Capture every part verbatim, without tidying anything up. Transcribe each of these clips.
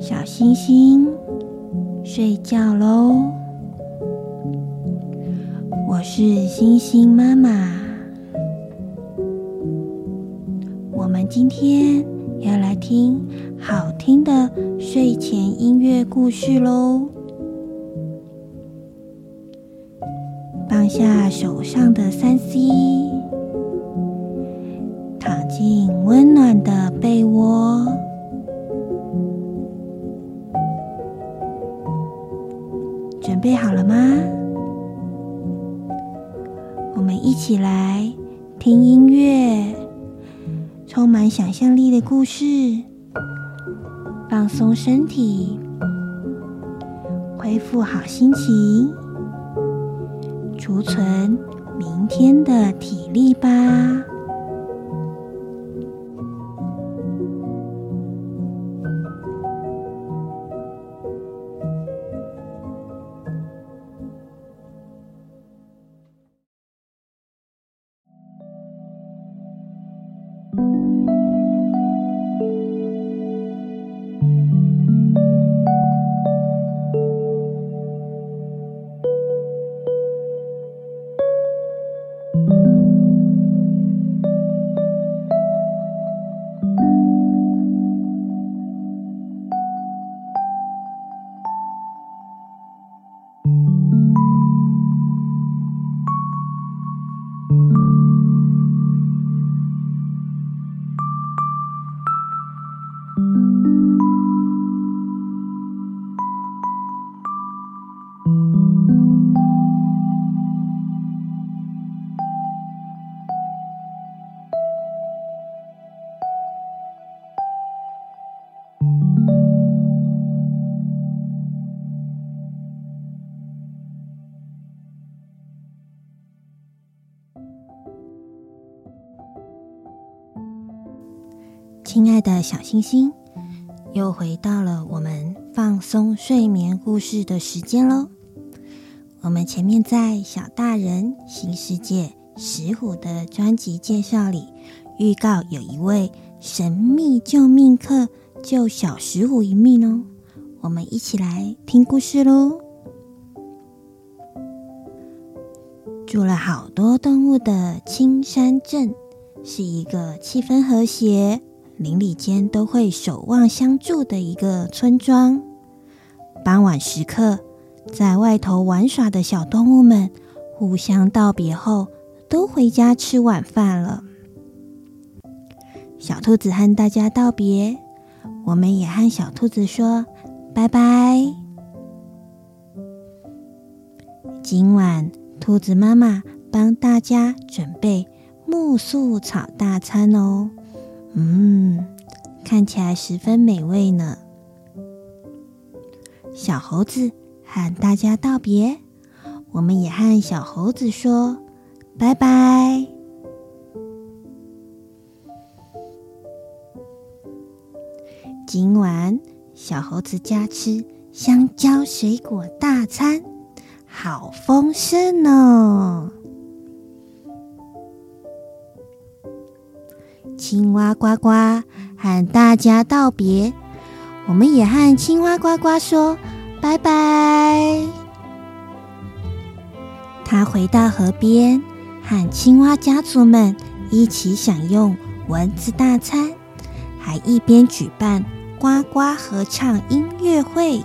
小星星睡觉喽。我是星星妈妈，我们今天要来听好听的睡前音乐故事喽。放下手上的 三 C， 躺进温暖的被窝，准备好了吗？我们一起来听音乐，充满想象力的故事，放松身体，恢复好心情，储存明天的体力吧。亲爱的小星星，又回到了我们放松睡眠故事的时间咯。我们前面在小大人新世界石虎的专辑介绍里预告有一位神秘救命客救小石虎一命哦。我们一起来听故事咯。住了好多动物的青山镇是一个气氛和谐，邻里间都会守望相助的一个村庄。傍晚时刻，在外头玩耍的小动物们互相道别后，都回家吃晚饭了。小兔子和大家道别，我们也和小兔子说拜拜。今晚兔子妈妈帮大家准备木素炒大餐哦。嗯，看起来十分美味呢。小猴子和大家道别，我们也和小猴子说拜拜。今晚小猴子家吃香蕉水果大餐，好丰盛哦。青蛙呱呱和大家道别，我们也和青蛙呱呱说拜拜。他回到河边，和青蛙家族们一起享用蚊子大餐，还一边举办呱呱合唱音乐会。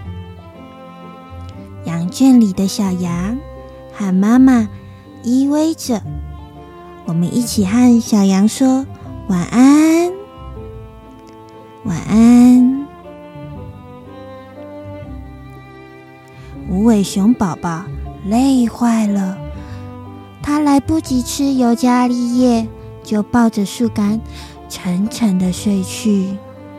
羊圈里的小羊和妈妈依偎着，我们一起和小羊说晚安，晚安。无尾熊宝宝累坏了，他来不及吃尤加利叶，就抱着树干沉沉的睡去。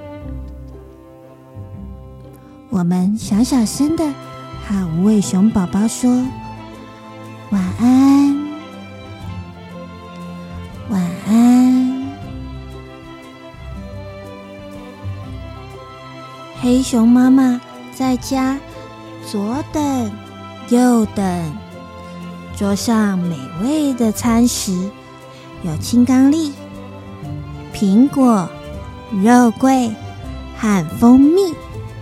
我们小小声的和无尾熊宝宝说晚安，晚安。黑熊妈妈在家左等右等，桌上美味的餐食有青冈栎、苹果、肉桂和蜂蜜，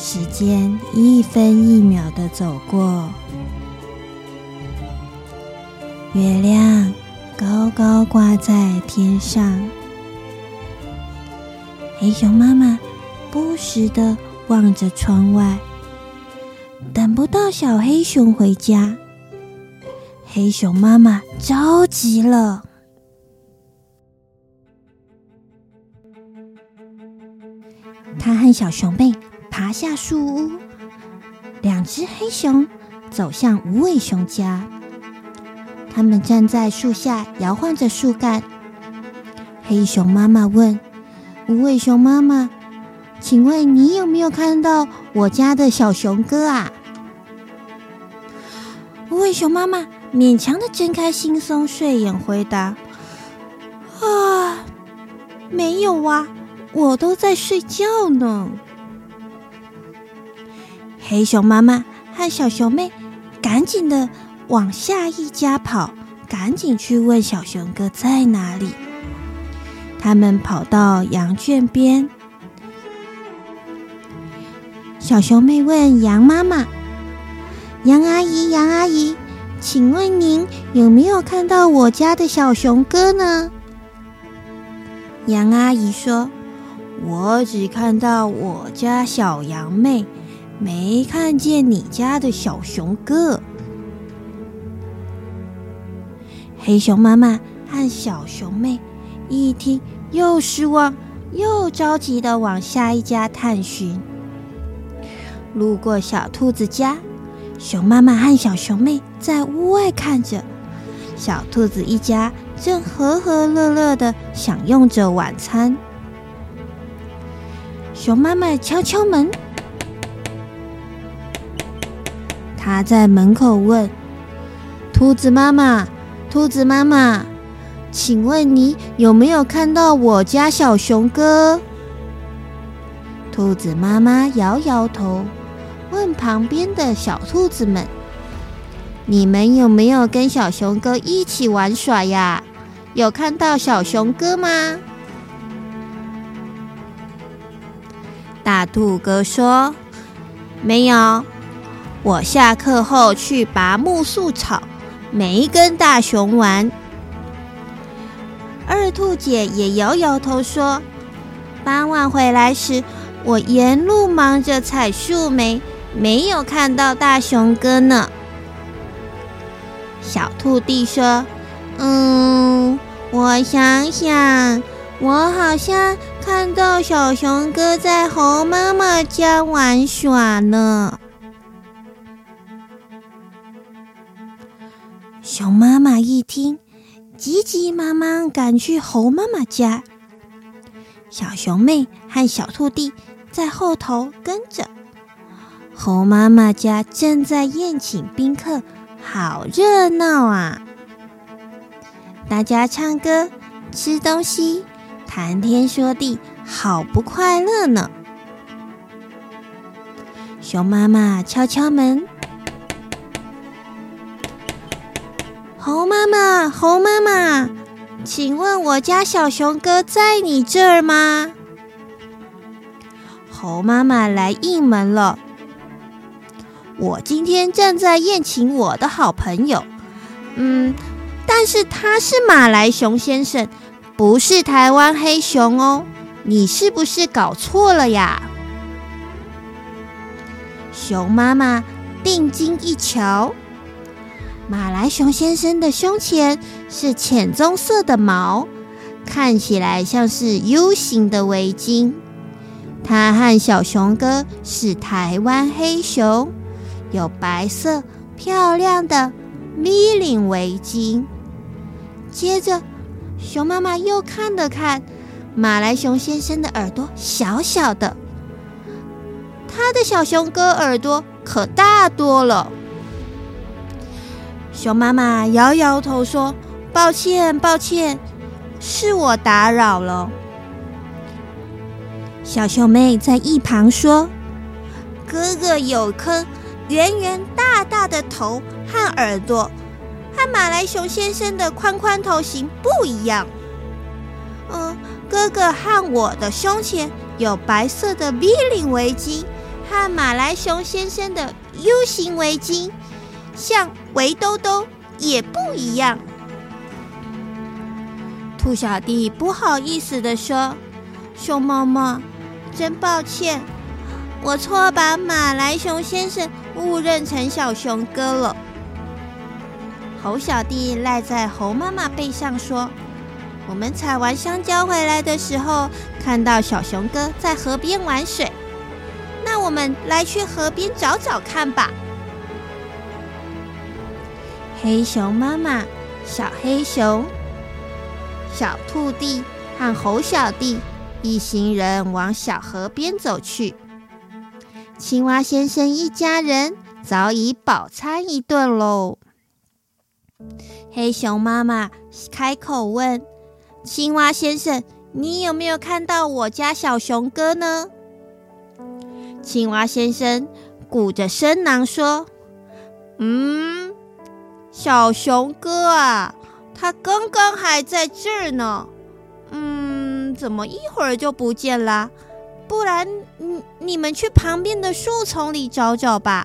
时间一分一秒地走过，月亮高高挂在天上。黑熊妈妈不时地望着窗外，等不到小黑熊回家，黑熊妈妈着急了。她和小熊妹爬下树屋，两只黑熊走向无尾熊家。他们站在树下摇晃着树干。黑熊妈妈问无尾熊妈妈，请问你有没有看到我家的小熊哥啊？无尾熊妈妈勉强的睁开惺忪睡眼回答，啊，没有啊，我都在睡觉呢。黑熊妈妈和小熊妹赶紧的往下一家跑，赶紧去问小熊哥在哪里。他们跑到羊圈边，小熊妹问羊妈妈，羊阿姨羊阿姨，请问您有没有看到我家的小熊哥呢？羊阿姨说，我只看到我家小羊妹，没看见你家的小熊哥。黑熊妈妈和小熊妹一听，又失望又着急地往下一家探寻。路过小兔子家，熊妈妈和小熊妹在屋外看着，小兔子一家正和和乐乐地享用着晚餐。熊妈妈敲敲门，她在门口问兔子妈妈，兔子妈妈，请问你有没有看到我家小熊哥？兔子妈妈摇摇头，问旁边的小兔子们，你们有没有跟小熊哥一起玩耍呀？有看到小熊哥吗？大兔哥说，没有，我下课后去拔木树草，没跟大熊玩。二兔姐也摇摇头说，傍晚回来时，我沿路忙着采树莓，没有看到大熊哥呢。小兔弟说，嗯，我想想，我好像看到小熊哥在猴妈妈家玩耍呢。熊妈妈一听，急急忙忙赶去猴妈妈家，小熊妹和小兔弟在后头跟着。猴妈妈家正在宴请宾客，好热闹啊！大家唱歌、吃东西、谈天说地，好不快乐呢。熊妈妈敲敲门，猴妈妈，猴妈妈，请问我家小熊哥在你这儿吗？猴妈妈来应门了。我今天正在宴请我的好朋友，嗯，但是他是马来熊先生，不是台湾黑熊哦，你是不是搞错了呀？熊妈妈定睛一瞧，马来熊先生的胸前是浅棕色的毛，看起来像是 U 型的围巾。他和小熊哥是台湾黑熊，有白色漂亮的 V 领围巾。接着，熊妈妈又看了看马来熊先生的耳朵，小小的，他的小熊哥耳朵可大多了。熊妈妈摇摇头说，抱歉抱歉，是我打扰了。小熊妹在一旁说，哥哥有颗圆圆大大的头和耳朵，和马来熊先生的宽宽头型不一样。嗯，哥哥和我的胸前有白色的 V 领围巾和马来熊先生的 U 型围巾像围兜兜也不一样。兔小弟不好意思地说：“熊妈妈，真抱歉，我错把马来熊先生误认成小熊哥了。”猴小弟赖在猴妈妈背上说：“我们采完香蕉回来的时候，看到小熊哥在河边玩水，那我们来去河边找找看吧。”黑熊妈妈、小黑熊、小兔弟和猴小弟一行人往小河边走去。青蛙先生一家人早已饱餐一顿喽。黑熊妈妈开口问：“青蛙先生，你有没有看到我家小熊哥呢？”青蛙先生鼓着声囊说：“嗯，小熊哥啊，他刚刚还在这儿呢。嗯，怎么一会儿就不见啦？不然，你你们去旁边的树丛里找找吧。”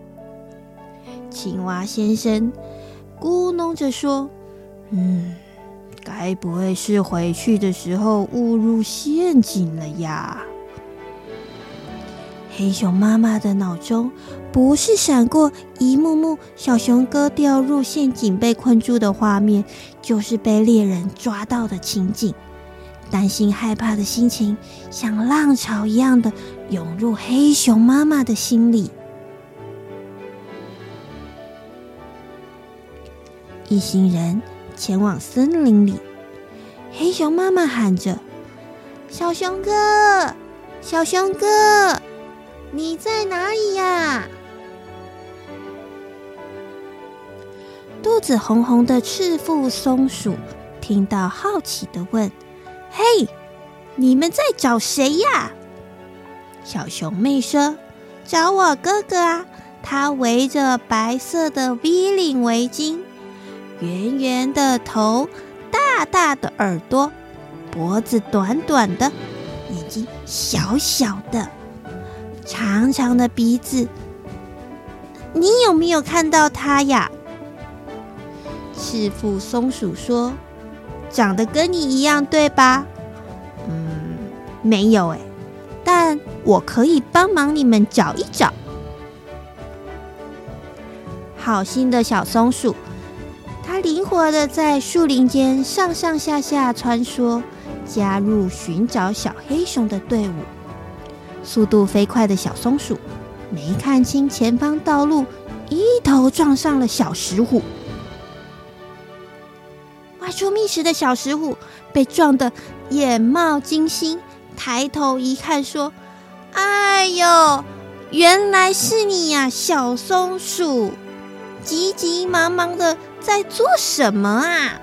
青蛙先生咕哝着说：“嗯，该不会是回去的时候误入陷阱了呀？”黑熊妈妈的脑中不是闪过一幕幕小熊哥掉入陷阱被困住的画面，就是被猎人抓到的情景。担心害怕的心情像浪潮一样的涌入黑熊妈妈的心里。一行人前往森林里，黑熊妈妈喊着：“小熊哥，小熊哥，你在哪里呀？”肚子红红的赤腹松鼠听到，好奇地问：“嘿，你们在找谁呀？”小熊妹说：“找我哥哥啊，他围着白色的 V 领围巾，圆圆的头，大大的耳朵，脖子短短的，眼睛小小的，长长的鼻子。你有没有看到他呀？”赤腹松鼠说：“长得跟你一样，对吧？”“嗯，没有诶，但我可以帮忙你们找一找。”好心的小松鼠，它灵活地在树林间上上下下穿梭，加入寻找小黑熊的队伍。速度飞快的小松鼠没看清前方道路，一头撞上了小石虎。外出觅食的小石虎被撞得眼冒金星，抬头一看说：“哎呦，原来是你呀，小松鼠！急急忙忙的在做什么啊？”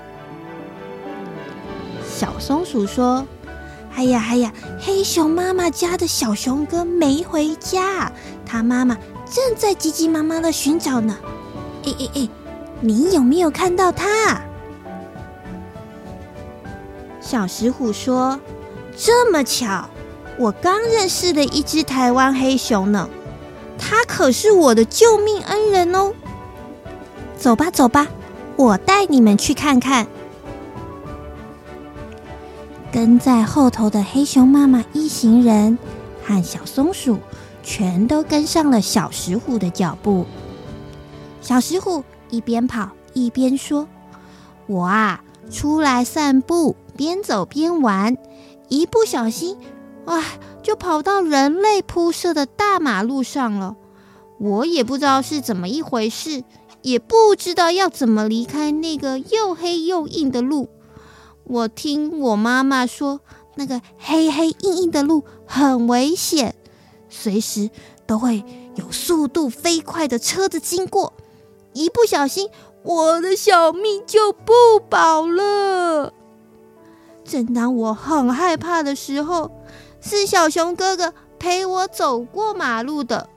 小松鼠说：“哎呀哎呀，黑熊妈妈家的小熊哥没回家，他妈妈正在急急忙忙的寻找呢。哎哎哎，你有没有看到他？”小石虎说：“这么巧，我刚认识了一只台湾黑熊呢，他可是我的救命恩人哦。走吧走吧，我带你们去看看。”跟在后头的黑熊妈妈一行人和小松鼠全都跟上了小石虎的脚步。小石虎一边跑一边说：“我啊，出来散步，边走边玩，一不小心，哇，就跑到人类铺设的大马路上了。我也不知道是怎么一回事，也不知道要怎么离开那个又黑又硬的路。我听我妈妈说，那个黑黑硬硬的路很危险，随时都会有速度飞快的车子经过，一不小心，我的小命就不保了。”正当我很害怕的时候，是小熊哥哥陪我走过马路的。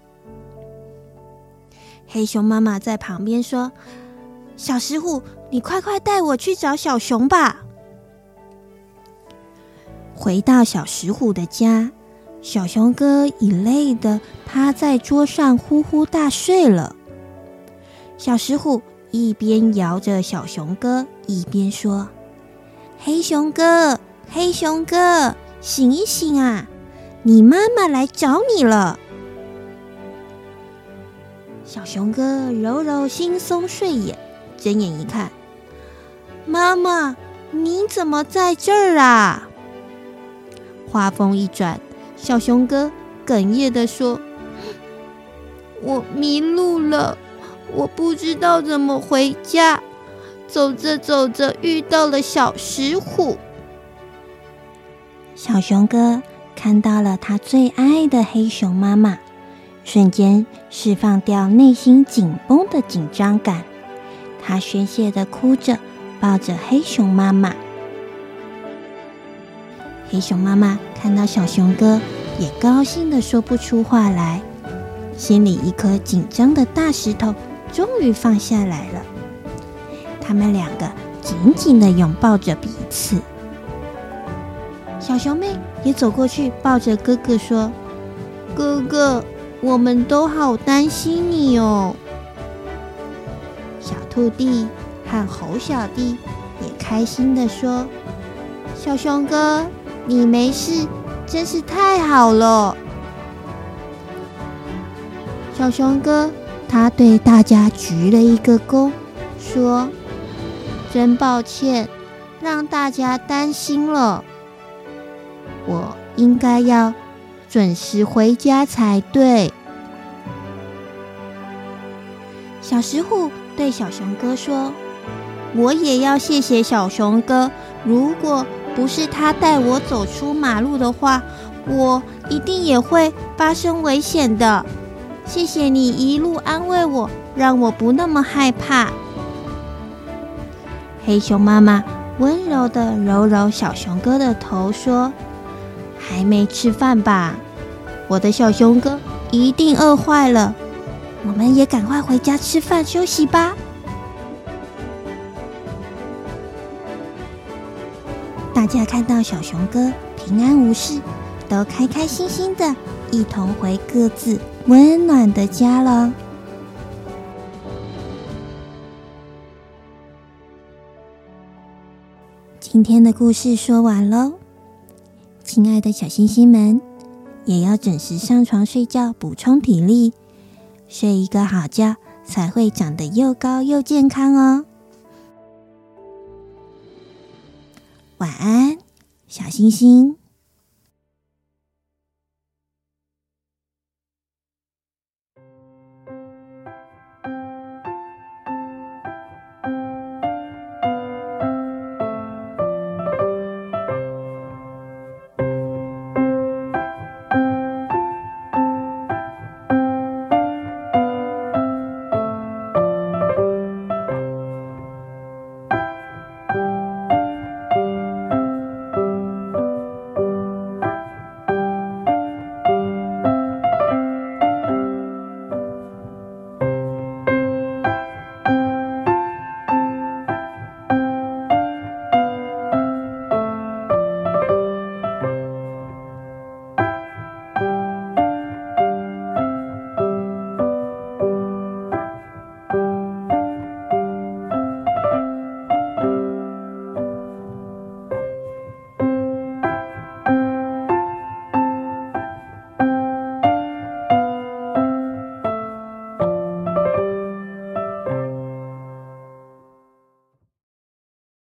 黑熊妈妈在旁边说：“小石虎，你快快带我去找小熊吧。”回到小石虎的家， 小熊哥已累得趴在桌上呼呼大睡了。小石虎一边摇着小熊哥，一边说：“黑熊哥，黑熊哥，醒一醒啊！你妈妈来找你了。”小熊哥揉揉惺忪睡眼，睁眼一看，妈妈，你怎么在这儿啊？话锋一转，小熊哥哽咽地说：“我迷路了，我不知道怎么回家，走着走着遇到了小石虎。”小熊哥看到了他最爱的黑熊妈妈，瞬间释放掉内心紧绷的紧张感，他宣泄地哭着抱着黑熊妈妈。黑熊妈妈看到小熊哥，也高兴地说不出话来，心里一颗紧张的大石头终于放下来了。他们两个紧紧地拥抱着彼此。小熊妹也走过去抱着哥哥说：“哥哥，我们都好担心你哦。”小兔弟和猴小弟也开心地说：“小熊哥，你没事，真是太好了。”小熊哥他对大家鞠了一个躬，说：“真抱歉，让大家担心了。我应该要准时回家才对。”小石虎对小熊哥说：“我也要谢谢小熊哥，如果不是他带我走出马路的话，我一定也会发生危险的。谢谢你一路安慰我，让我不那么害怕。”黑熊妈妈温柔地揉揉小熊哥的头，说：“还没吃饭吧？我的小熊哥一定饿坏了，我们也赶快回家吃饭休息吧。”大家看到小熊哥平安无事，都开开心心的一同回各自温暖的家了。今天的故事说完喽，亲爱的小星星们，也要准时上床睡觉，补充体力，睡一个好觉，才会长得又高又健康哦。晚安，小星星。